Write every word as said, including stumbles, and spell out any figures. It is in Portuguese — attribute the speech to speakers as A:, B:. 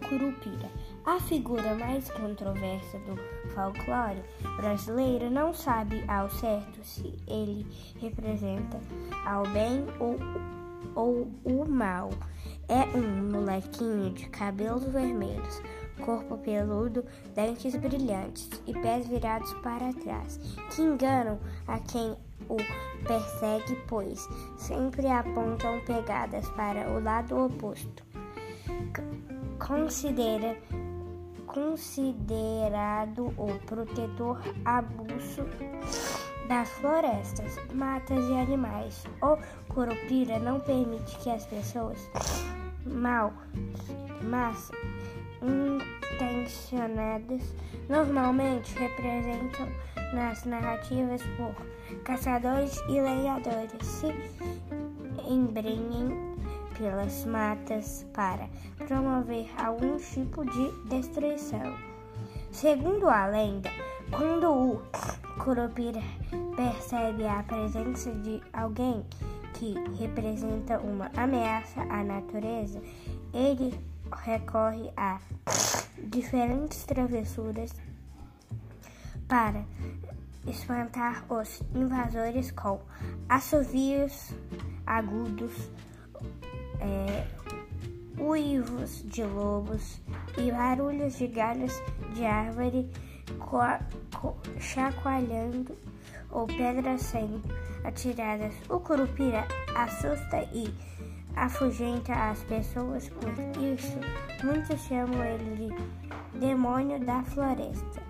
A: Curupira. A figura mais controversa do folclore brasileiro não sabe ao certo se ele representa ao bem ou, ou o mal. É um molequinho de cabelos vermelhos, corpo peludo, dentes brilhantes e pés virados para trás, que enganam a quem o persegue, pois sempre apontam pegadas para o lado oposto. Considera, considerado o protetor abuso das florestas, matas e animais, o Curupira não permite que as pessoas mal, mas intencionadas normalmente representam nas narrativas por caçadores e lenhadores se embrenhem pelas matas para promover algum tipo de destruição. Segundo a lenda, quando o Curupira percebe a presença de alguém que representa uma ameaça à natureza, ele recorre a diferentes travessuras para espantar os invasores com assovios agudos, é, uivos de lobos e barulhos de galhos de árvore chacoalhando ou pedras sendo atiradas. O Curupira assusta e afugenta as pessoas, por isso muitos chamam ele de demônio da floresta.